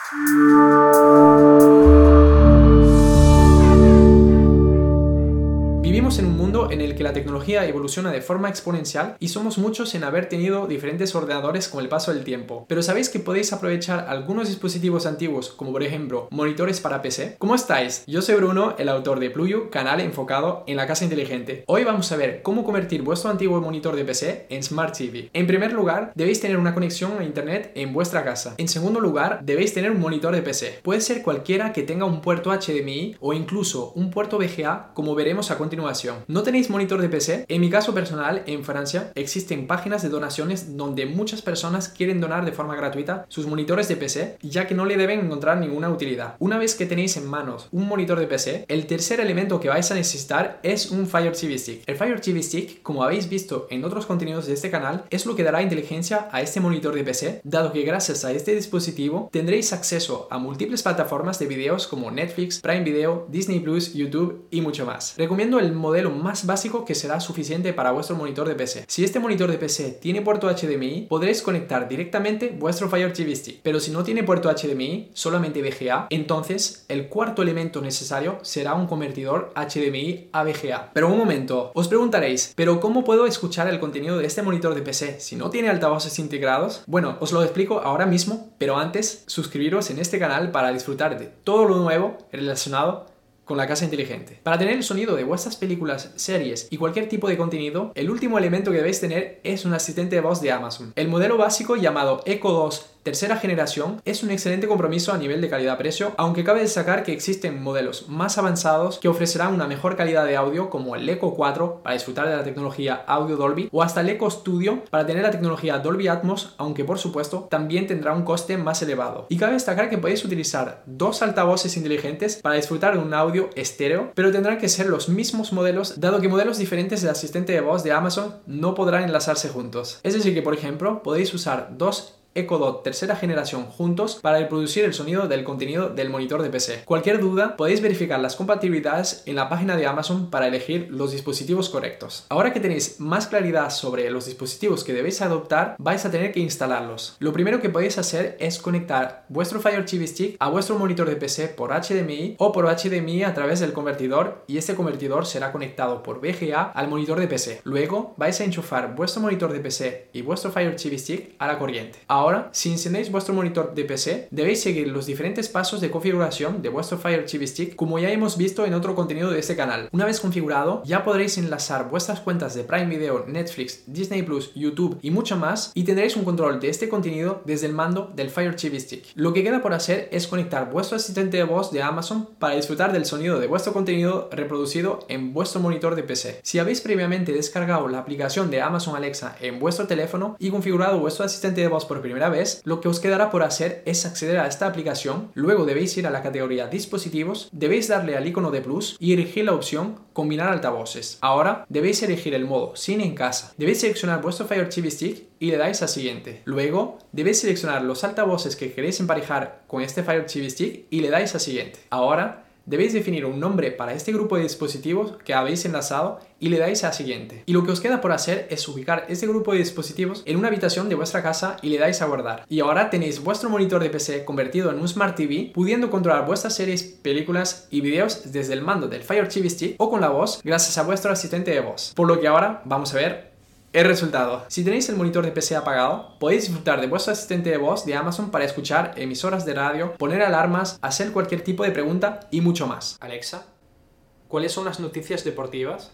Vivimos en un mundo en el que la tecnología evoluciona de forma exponencial y somos muchos en haber tenido diferentes ordenadores con el paso del tiempo. Pero ¿sabéis que podéis aprovechar algunos dispositivos antiguos, como por ejemplo monitores para PC? ¿Cómo estáis? Yo soy Bruno, el autor de Pluyu, canal enfocado en la casa inteligente. Hoy vamos a ver cómo convertir vuestro antiguo monitor de PC en Smart TV. En primer lugar, debéis tener una conexión a internet en vuestra casa. En segundo lugar, debéis tener un monitor de PC. Puede ser cualquiera que tenga un puerto HDMI o incluso un puerto VGA, como veremos a continuación. ¿No tenéis monitor de PC? En mi caso personal, en Francia, existen páginas de donaciones donde muchas personas quieren donar de forma gratuita sus monitores de PC, ya que no le deben encontrar ninguna utilidad. Una vez que tenéis en manos un monitor de PC, el tercer elemento que vais a necesitar es un Fire TV Stick. El Fire TV Stick, como habéis visto en otros contenidos de este canal, es lo que dará inteligencia a este monitor de PC, dado que gracias a este dispositivo tendréis acceso a múltiples plataformas de videos como Netflix, Prime Video, Disney Plus, YouTube y mucho más. Recomiendo el modelo más básico que será suficiente para vuestro monitor de PC. Si este monitor de PC tiene puerto HDMI, podréis conectar directamente vuestro Fire TV Stick, pero si no tiene puerto HDMI, solamente VGA, entonces el cuarto elemento necesario será un convertidor HDMI a VGA. Pero un momento, os preguntaréis, ¿pero cómo puedo escuchar el contenido de este monitor de PC si no tiene altavoces integrados? Bueno, os lo explico ahora mismo, pero antes, suscribiros en este canal para disfrutar de todo lo nuevo relacionado con la casa inteligente. Para tener el sonido de vuestras películas, series y cualquier tipo de contenido, el último elemento que debéis tener es un asistente de voz de Amazon. El modelo básico llamado Echo 2 tercera generación es un excelente compromiso a nivel de calidad-precio, aunque cabe destacar que existen modelos más avanzados que ofrecerán una mejor calidad de audio, como el Echo 4 para disfrutar de la tecnología Audio Dolby, o hasta el Echo Studio para tener la tecnología Dolby Atmos, aunque por supuesto también tendrá un coste más elevado. Y cabe destacar que podéis utilizar dos altavoces inteligentes para disfrutar de un audio estéreo, pero tendrán que ser los mismos modelos, dado que modelos diferentes de asistente de voz de Amazon no podrán enlazarse juntos. Es decir que, por ejemplo, podéis usar dos Echo Dot tercera generación juntos para reproducir el sonido del contenido del monitor de PC. Cualquier duda, podéis verificar las compatibilidades en la página de Amazon para elegir los dispositivos correctos. Ahora que tenéis más claridad sobre los dispositivos que debéis adoptar, vais a tener que instalarlos. Lo primero que podéis hacer es conectar vuestro Fire TV Stick a vuestro monitor de PC por HDMI o por HDMI a través del convertidor, y este convertidor será conectado por VGA al monitor de PC. Luego vais a enchufar vuestro monitor de PC y vuestro Fire TV Stick a la corriente. Ahora, si encendéis vuestro monitor de PC, debéis seguir los diferentes pasos de configuración de vuestro Fire TV Stick, como ya hemos visto en otro contenido de este canal. Una vez configurado, ya podréis enlazar vuestras cuentas de Prime Video, Netflix, Disney Plus, YouTube y mucho más, y tendréis un control de este contenido desde el mando del Fire TV Stick. Lo que queda por hacer es conectar vuestro asistente de voz de Amazon para disfrutar del sonido de vuestro contenido reproducido en vuestro monitor de PC. Si habéis previamente descargado la aplicación de Amazon Alexa en vuestro teléfono y configurado vuestro asistente de voz por primera vez, lo que os quedará por hacer es acceder a esta aplicación. Luego debéis ir a la categoría dispositivos, debéis darle al icono de plus y elegir la opción combinar altavoces. Ahora debéis elegir el modo cine en casa. Debéis seleccionar vuestro Fire TV Stick y le dais a siguiente. Luego debéis seleccionar los altavoces que queréis emparejar con este Fire TV Stick y le dais a siguiente. Ahora debéis definir un nombre para este grupo de dispositivos que habéis enlazado y le dais a siguiente. Y lo que os queda por hacer es ubicar este grupo de dispositivos en una habitación de vuestra casa y le dais a guardar. Y ahora tenéis vuestro monitor de PC convertido en un Smart TV, pudiendo controlar vuestras series, películas y videos desde el mando del Fire TV Stick o con la voz gracias a vuestro asistente de voz. Por lo que ahora vamos a ver el resultado. Si tenéis el monitor de PC apagado, podéis disfrutar de vuestro asistente de voz de Amazon para escuchar emisoras de radio, poner alarmas, hacer cualquier tipo de pregunta y mucho más. Alexa, ¿cuáles son las noticias deportivas?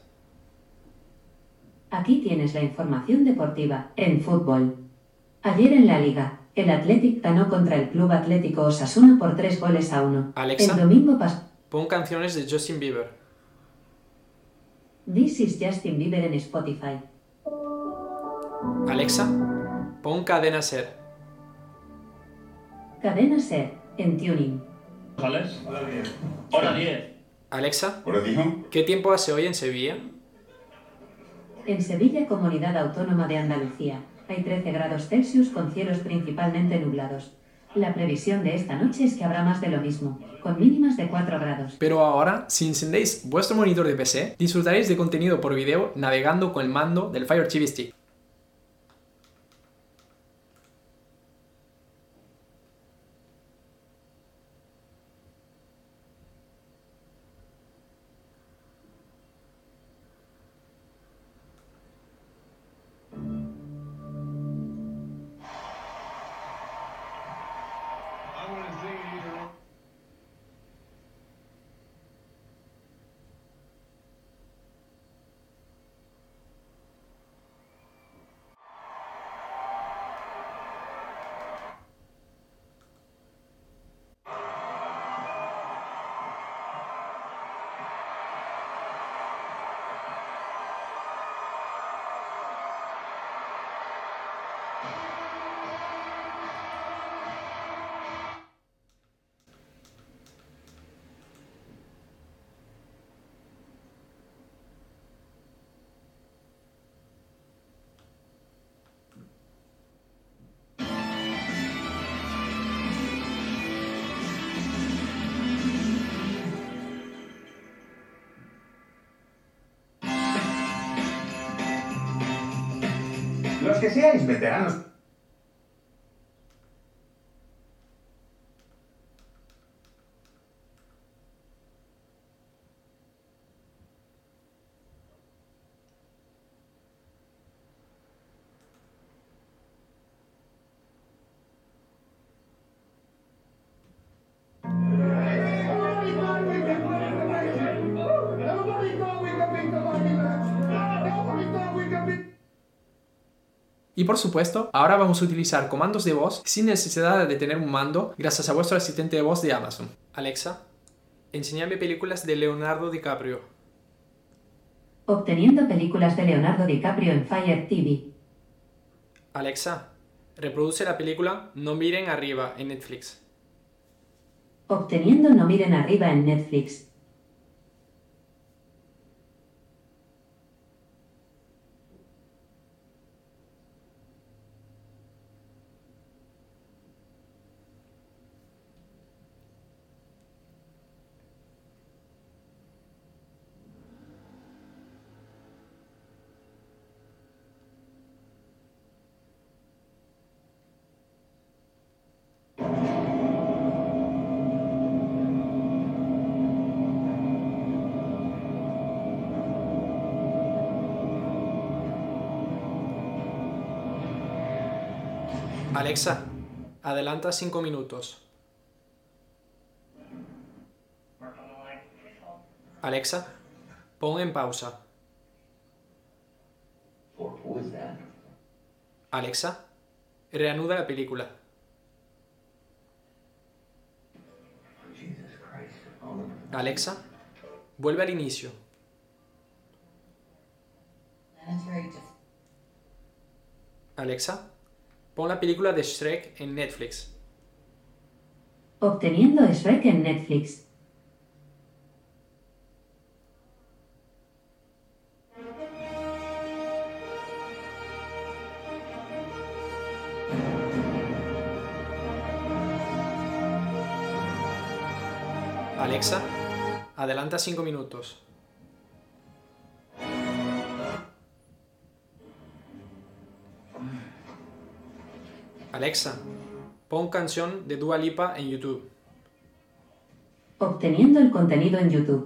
Aquí tienes la información deportiva en fútbol. Ayer en la Liga, el Athletic ganó contra el Club Atlético Osasuna por 3-1. Alexa, el domingo pasado. Pon canciones de Justin Bieber. This is Justin Bieber en Spotify. Alexa, pon Cadena Ser. Cadena Ser en Tuning. ¿Sales? Hora 10. Hora 10. Alexa, ¿Hora dijo? ¿qué tiempo hace hoy en Sevilla? En Sevilla, Comunidad Autónoma de Andalucía, hay 13 grados Celsius con cielos principalmente nublados. La previsión de esta noche es que habrá más de lo mismo, con mínimas de 4 grados. Pero ahora, si encendéis vuestro monitor de PC, disfrutaréis de contenido por video navegando con el mando del Fire TV Stick. que seáis veteranos. Y por supuesto, ahora vamos a utilizar comandos de voz sin necesidad de tener un mando gracias a vuestro asistente de voz de Amazon. Alexa, enséñame películas de Leonardo DiCaprio. Obteniendo películas de Leonardo DiCaprio en Fire TV. Alexa, reproduce la película No miren arriba en Netflix. Obteniendo No miren arriba en Netflix. Alexa, adelanta 5 minutos. Alexa, pon en pausa. Alexa, reanuda la película. Alexa, vuelve al inicio. Alexa, pon la película de Shrek en Netflix. Obteniendo Shrek en Netflix. Alexa, adelanta 5 minutos. Alexa, pon canción de Dua Lipa en YouTube. Obteniendo el contenido en YouTube.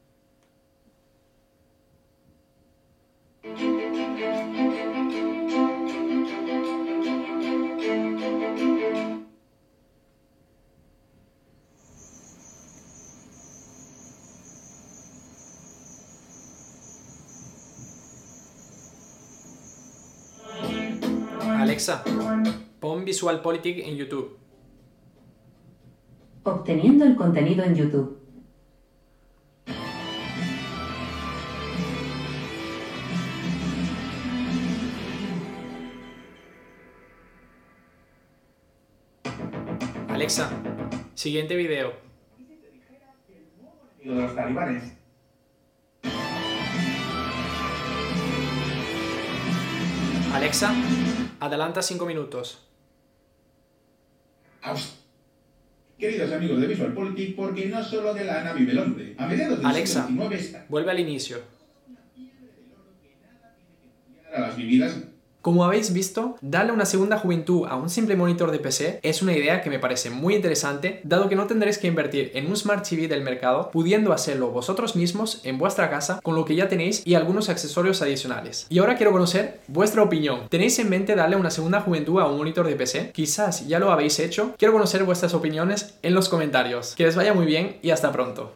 Alexa, pon VisualPolitik en YouTube. Obteniendo el contenido en YouTube. Alexa, siguiente video. De los talibanes. Alexa, adelanta 5 minutos. Queridos amigos de VisualPolitik, porque no solo de lana vive el hombre. A mediados del Alexa, siglo XIX está vuelve al inicio. a las vividas. Como habéis visto, darle una segunda juventud a un simple monitor de PC es una idea que me parece muy interesante, dado que no tendréis que invertir en un Smart TV del mercado, pudiendo hacerlo vosotros mismos en vuestra casa con lo que ya tenéis y algunos accesorios adicionales. Y ahora quiero conocer vuestra opinión. ¿Tenéis en mente darle una segunda juventud a un monitor de PC? Quizás ya lo habéis hecho. Quiero conocer vuestras opiniones en los comentarios. Que les vaya muy bien y hasta pronto.